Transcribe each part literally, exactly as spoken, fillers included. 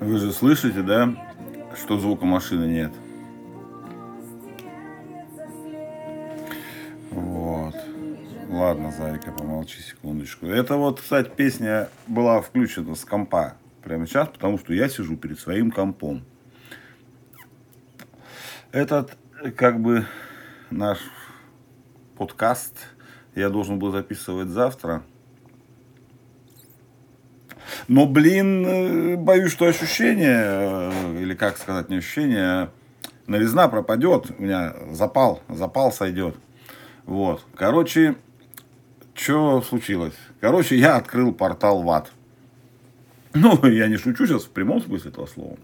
Вы же слышите, да, что звука машины нет? Вот. Ладно, зайка, помолчи секундочку. Это вот, кстати, песня была включена с компа прямо сейчас, потому что я сижу перед своим компом. Этот, как бы, наш подкаст я должен был записывать завтра. Но, блин, боюсь, что ощущение, или как сказать, не ощущение, новизна пропадет. У меня запал, запал сойдет. Вот. Короче, что случилось? Короче, я открыл портал в ад. Ну, я не шучу сейчас в прямом смысле этого слова.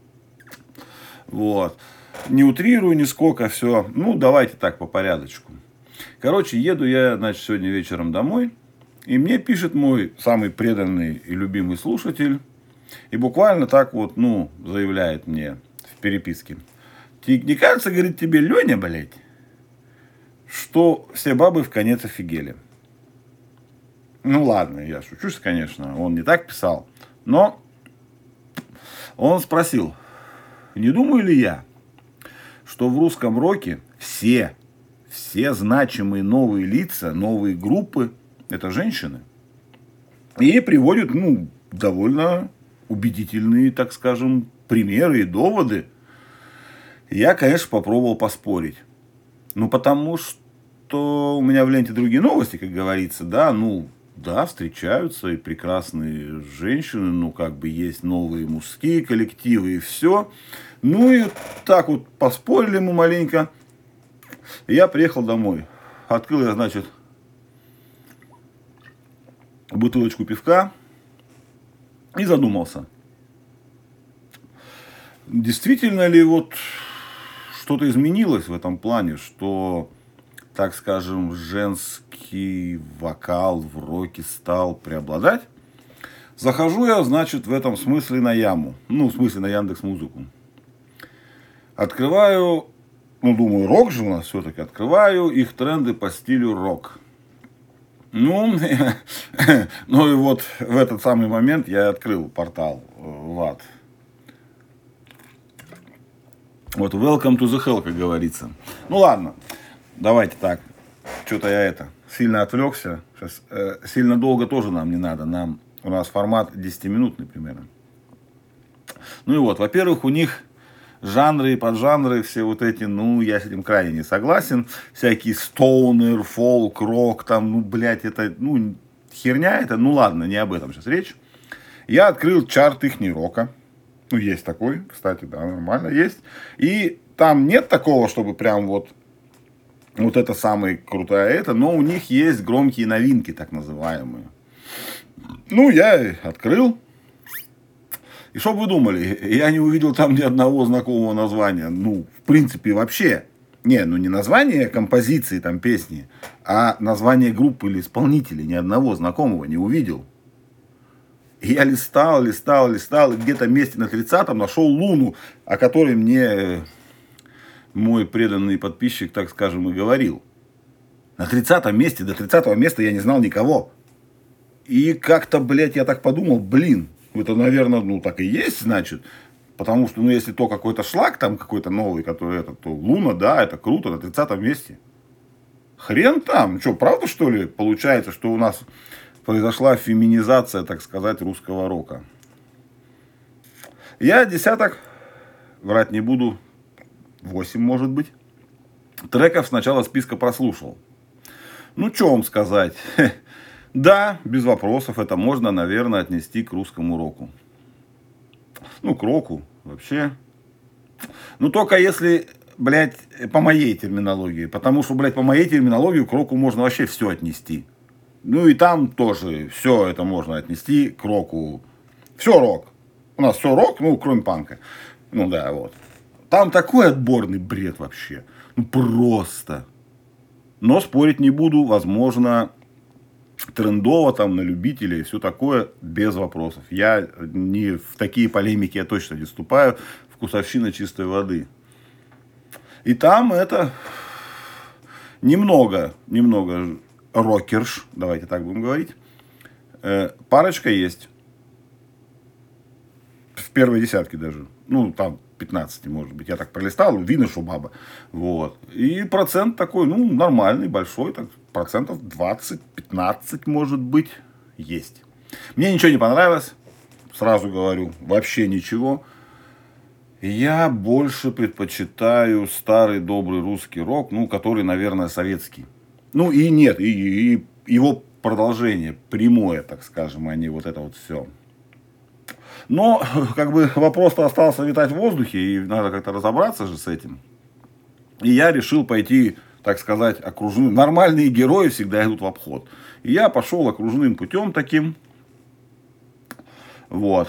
Вот. Не утрирую нисколько, все. Ну, давайте так, по порядочку. Короче, еду я, значит, сегодня вечером домой. И мне пишет мой самый преданный и любимый слушатель. И буквально так вот, ну, заявляет мне в переписке. Не кажется, говорит, тебе, Леня, блядь, что все бабы в конец офигели? Ну, ладно, я шучусь, конечно. Он не так писал. Но он спросил, не думаю ли я, что в русском роке все, все значимые новые лица, новые группы, это женщины. И приводят, ну, довольно убедительные, так скажем, примеры и доводы. Я, конечно, попробовал поспорить. Ну, потому что у меня в ленте другие новости, как говорится, да, ну, да, встречаются и прекрасные женщины, ну, как бы есть новые мужские коллективы и все. Ну, и так вот поспорили мы маленько. И я приехал домой. Открыл я, значит, бутылочку пивка и задумался. Действительно ли вот что-то изменилось в этом плане, что, так скажем, женский вокал в роке стал преобладать? Захожу я, значит, в этом смысле на Яму. Ну, в смысле на Яндекс.Музыку. Открываю, ну, думаю, рок же у нас все-таки. Открываю их тренды по стилю рок. Ну, ну и вот в этот самый момент я открыл портал в ад. Вот welcome to the hell, как говорится. Ну ладно, давайте так. Что-то я это, сильно отвлекся. Сейчас, э, сильно долго тоже нам не надо. Нам, у нас формат десятиминутный примерно. Ну и вот, во-первых, у них жанры и поджанры, все вот эти, ну, я с этим крайне не согласен. Всякие стоунер, фолк, рок, там, ну, блядь, это, ну, херня это. Ну, ладно, не об этом сейчас речь. Я открыл чарт ихней рока. Ну, есть такой, кстати, да, нормально есть. И там нет такого, чтобы прям вот, вот это самое крутое это, но у них есть громкие новинки, так называемые. Ну, я открыл. И что бы вы думали, я не увидел там ни одного знакомого названия. Ну, в принципе, вообще. Не, ну не название композиции, там, песни, а название группы или исполнителя. Ни одного знакомого не увидел. И я листал, листал, листал, и где-то вместе на тридцатом нашел Луну, о которой мне мой преданный подписчик, так скажем, и говорил. На тридцатом месте, до тридцатого места я не знал никого. И как-то, блядь, я так подумал, блин, это, наверное, ну, так и есть, значит. Потому что, ну, если то какой-то шлак там какой-то новый, который это, то Луна, да, это круто, на тридцатом месте. Хрен там. Что, правда, что ли, получается, что у нас произошла феминизация, так сказать, русского рока? Я десяток, врать не буду, восемь, может быть, треков с начала списка прослушал. Ну, что вам сказать? Да, без вопросов, это можно, наверное, отнести к русскому року. Ну, к року вообще. Ну, только если, блядь, по моей терминологии. Потому что, блядь, по моей терминологии к року можно вообще все отнести. Ну, и там тоже все это можно отнести к року. Все рок. У нас все рок, ну, кроме панка. Ну, да, вот. Там такой отборный бред вообще. Ну, просто. Но спорить не буду, возможно, трендово там на любителей и все такое без вопросов. Я не в такие полемики я точно не вступаю. Вкусовщина чистой воды. И там это немного, немного рокерш, давайте так будем говорить. Э, парочка есть. первой десятке даже. Ну, там, пятнадцать, может быть. Я так пролистал, видно, что баба. Вот. И процент такой, ну, нормальный, большой, так, процентов двадцать-пятнадцать, может быть, есть. Мне ничего не понравилось, сразу говорю, вообще ничего. Я больше предпочитаю старый добрый русский рок, ну, который, наверное, советский. Ну, и нет, и, и его продолжение, прямое, так скажем, а не вот это вот все. Но, как бы, вопрос-то остался витать в воздухе, и надо как-то разобраться же с этим. И я решил пойти, так сказать, окружным. Нормальные герои всегда идут в обход. И я пошел окружным путем таким. Вот.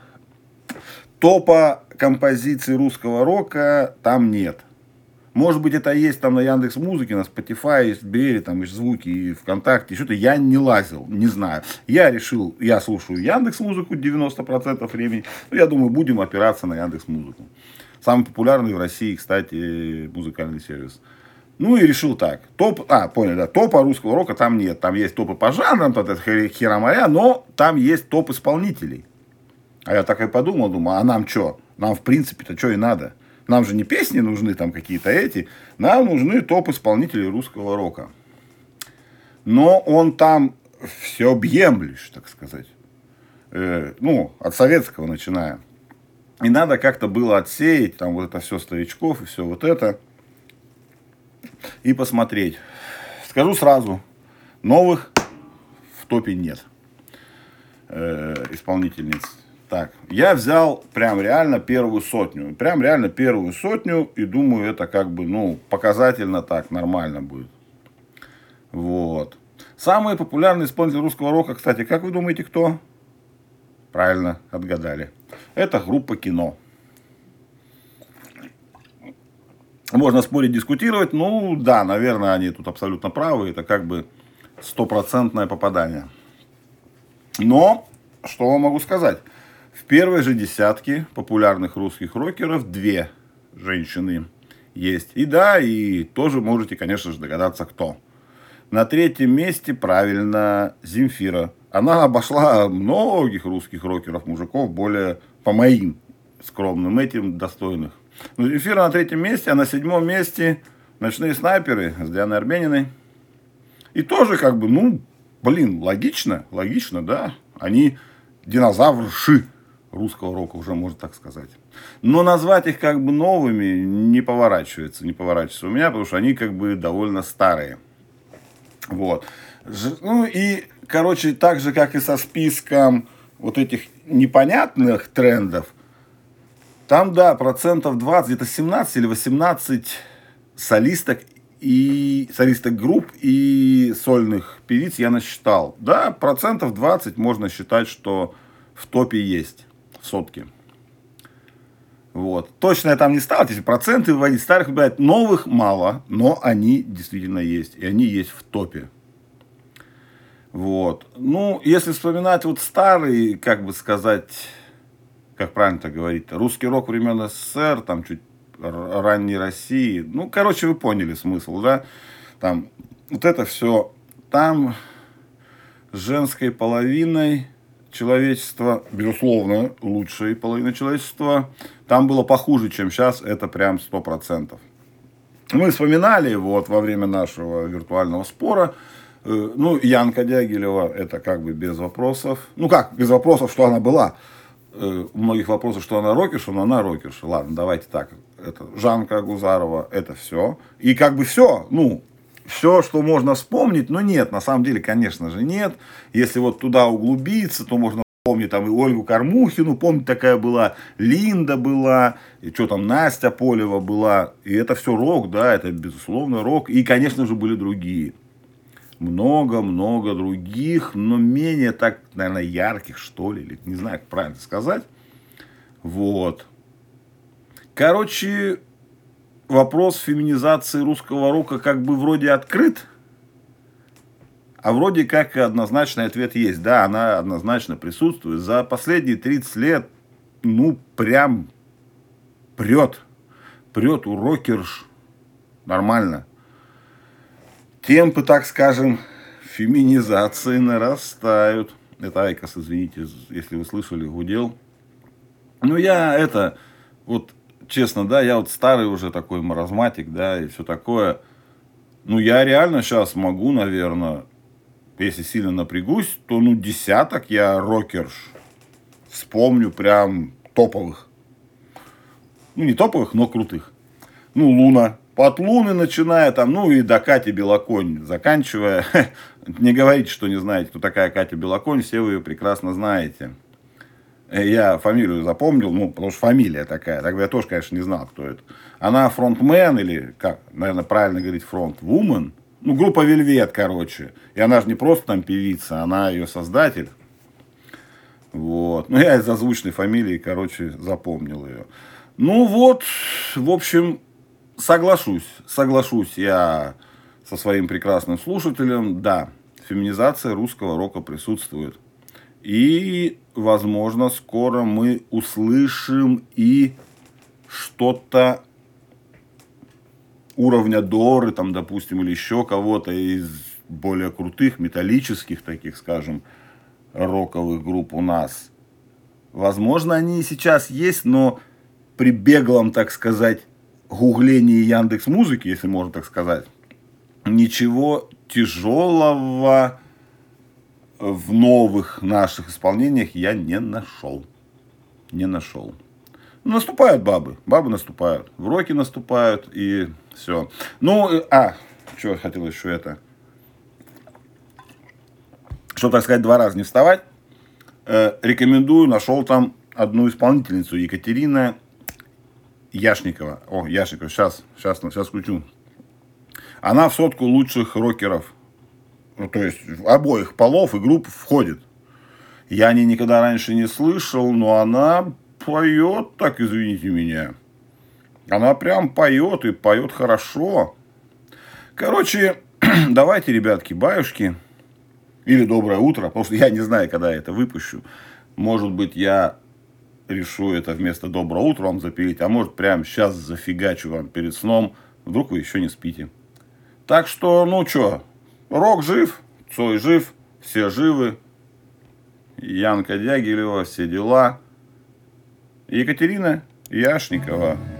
Топа композиций русского рока там нет. Может быть, это есть там на Яндекс.Музыке, на Spotify, Сбере, там, и звуки, и ВКонтакте, что-то я не лазил, не знаю. Я решил, я слушаю Яндекс.Музыку девяносто процентов времени, но я думаю, будем опираться на Яндекс.Музыку. Самый популярный в России, кстати, музыкальный сервис. Ну и решил так. Топ, а, понял, да, топа русского рока там нет. Там есть топы по жанрам, тут это хероморя, но там есть топ исполнителей. А я так и подумал, думаю, а нам что? Нам, в принципе-то, что и надо? Нам же не песни нужны, там какие-то эти. Нам нужны топ-исполнители русского рока. Но он там всеобъемлющ, так сказать. Э, ну, от советского начиная. И надо как-то было отсеять, там вот это все старичков и все вот это. И посмотреть. Скажу сразу, новых в топе нет э, исполнительниц. Так, я взял прям реально первую сотню. Прям реально первую сотню. И думаю, это как бы, ну, показательно так, нормально будет. Вот. Самые популярные исполнители русского рока, кстати, как вы думаете, кто? Правильно, отгадали. Это группа «Кино». Можно спорить, дискутировать. Ну, да, наверное, они тут абсолютно правы. Это как бы стопроцентное попадание. Но, что вам могу сказать? В первой же десятке популярных русских рокеров две женщины есть. И да, и тоже можете, конечно же, догадаться, кто. На третьем месте, правильно, Земфира. Она обошла многих русских рокеров, мужиков, более, по моим скромным этим, достойных. Но Земфира на третьем месте, а на седьмом месте «Ночные снайперы» с Дианой Арбениной. И тоже как бы, ну, блин, логично, логично, да. Они динозаврши русского рока, уже можно так сказать. Но назвать их как бы новыми не поворачивается, не поворачивается у меня, потому что они как бы довольно старые. Вот. Ну и, короче, так же, как и со списком вот этих непонятных трендов, там, да, процентов двадцать, где-то семнадцать или восемнадцать солисток и солисток групп и сольных певиц я насчитал. Да, процентов двадцать можно считать, что в топе есть, в сотке. Вот. Точно я там не стал, если проценты выводить, старых выбирать, новых мало, но они действительно есть, и они есть в топе. Вот. Ну, если вспоминать вот старый, как бы сказать, как правильно-то говорить, русский рок времен СССР, там чуть ранней России, ну, короче, вы поняли смысл, да, там, вот это все, там женской половиной человечества, безусловно, лучшей половины человечества, там было похуже, чем сейчас, это прям сто процентов. Мы вспоминали вот во время нашего виртуального спора, э, ну, Янка Дягилева, это как бы без вопросов, ну как, без вопросов, что она была, э, у многих вопросов, что она рокерша, но она рокерша, ладно, давайте так, это Жанка Агузарова, это все, и как бы все, ну, все, что можно вспомнить, но нет, на самом деле, конечно же, нет. Если вот туда углубиться, то можно вспомнить там и Ольгу Кормухину, помните, такая была, Линда была, и что там, Настя Полева была. И это все рок, да, это безусловно рок. И, конечно же, были другие. Много-много других, но менее так, наверное, ярких, что ли, или не знаю, как правильно сказать. Вот. Короче, вопрос феминизации русского рока как бы вроде открыт, а вроде как однозначный ответ есть. Да, она однозначно присутствует. За последние тридцать лет, ну, прям прет. Прет у рокерш нормально. Темпы, так скажем, феминизации нарастают. Это Айкос, извините, если вы слышали, гудел. Ну, я это, вот, честно, да, я вот старый уже такой маразматик, да, и все такое. Ну, я реально сейчас могу, наверное, если сильно напрягусь, то, ну, десяток я рокерш вспомню прям топовых. Ну, не топовых, но крутых. Ну, Луна. От Луны начиная там, ну, и до Кати Белоконь заканчивая. Не говорите, что не знаете, кто такая Катя Белоконь, все вы ее прекрасно знаете. Я фамилию запомнил, ну, потому что фамилия такая. Тогда я тоже, конечно, не знал, кто это. Она фронтмен, или, как, наверное, правильно говорить, фронтвумен. Ну, группа Вельвет, короче. И она же не просто там певица, она ее создатель. Вот. Ну, я из-за звучной фамилии, короче, запомнил ее. Ну, вот, в общем, соглашусь. Соглашусь я со своим прекрасным слушателем. Да, феминизация русского рока присутствует. И, возможно, скоро мы услышим и что-то уровня Доры, там, допустим, или еще кого-то из более крутых, металлических таких, скажем, роковых групп у нас. Возможно, они и сейчас есть, но при беглом, так сказать, гуглении Яндекс.Музыки, если можно так сказать, ничего тяжелого в новых наших исполнениях я не нашел. Не нашел. Наступают бабы. Бабы наступают. В роке наступают. И все. Ну, а, что я хотел еще это. Чтобы, так сказать, два раза не вставать. Э, рекомендую. Нашел там одну исполнительницу. Екатерина Яшникова. О, Яшникова. Сейчас, сейчас, сейчас включу. Она в сотку лучших рокеров. Ну, то есть, обоих полов и групп входит. Я о ней никогда раньше не слышал, но она поет, так извините меня. Она прям поет и поет хорошо. Короче, давайте, ребятки, баюшки. Или доброе утро, потому что я не знаю, когда я это выпущу. Может быть, я решу это вместо доброго утра вам запилить, а может, прямо сейчас зафигачу вам перед сном. Вдруг вы еще не спите. Так что, ну что, рок жив, Цой жив, все живы. Янка Дягилева, все дела. Екатерина Яшникова.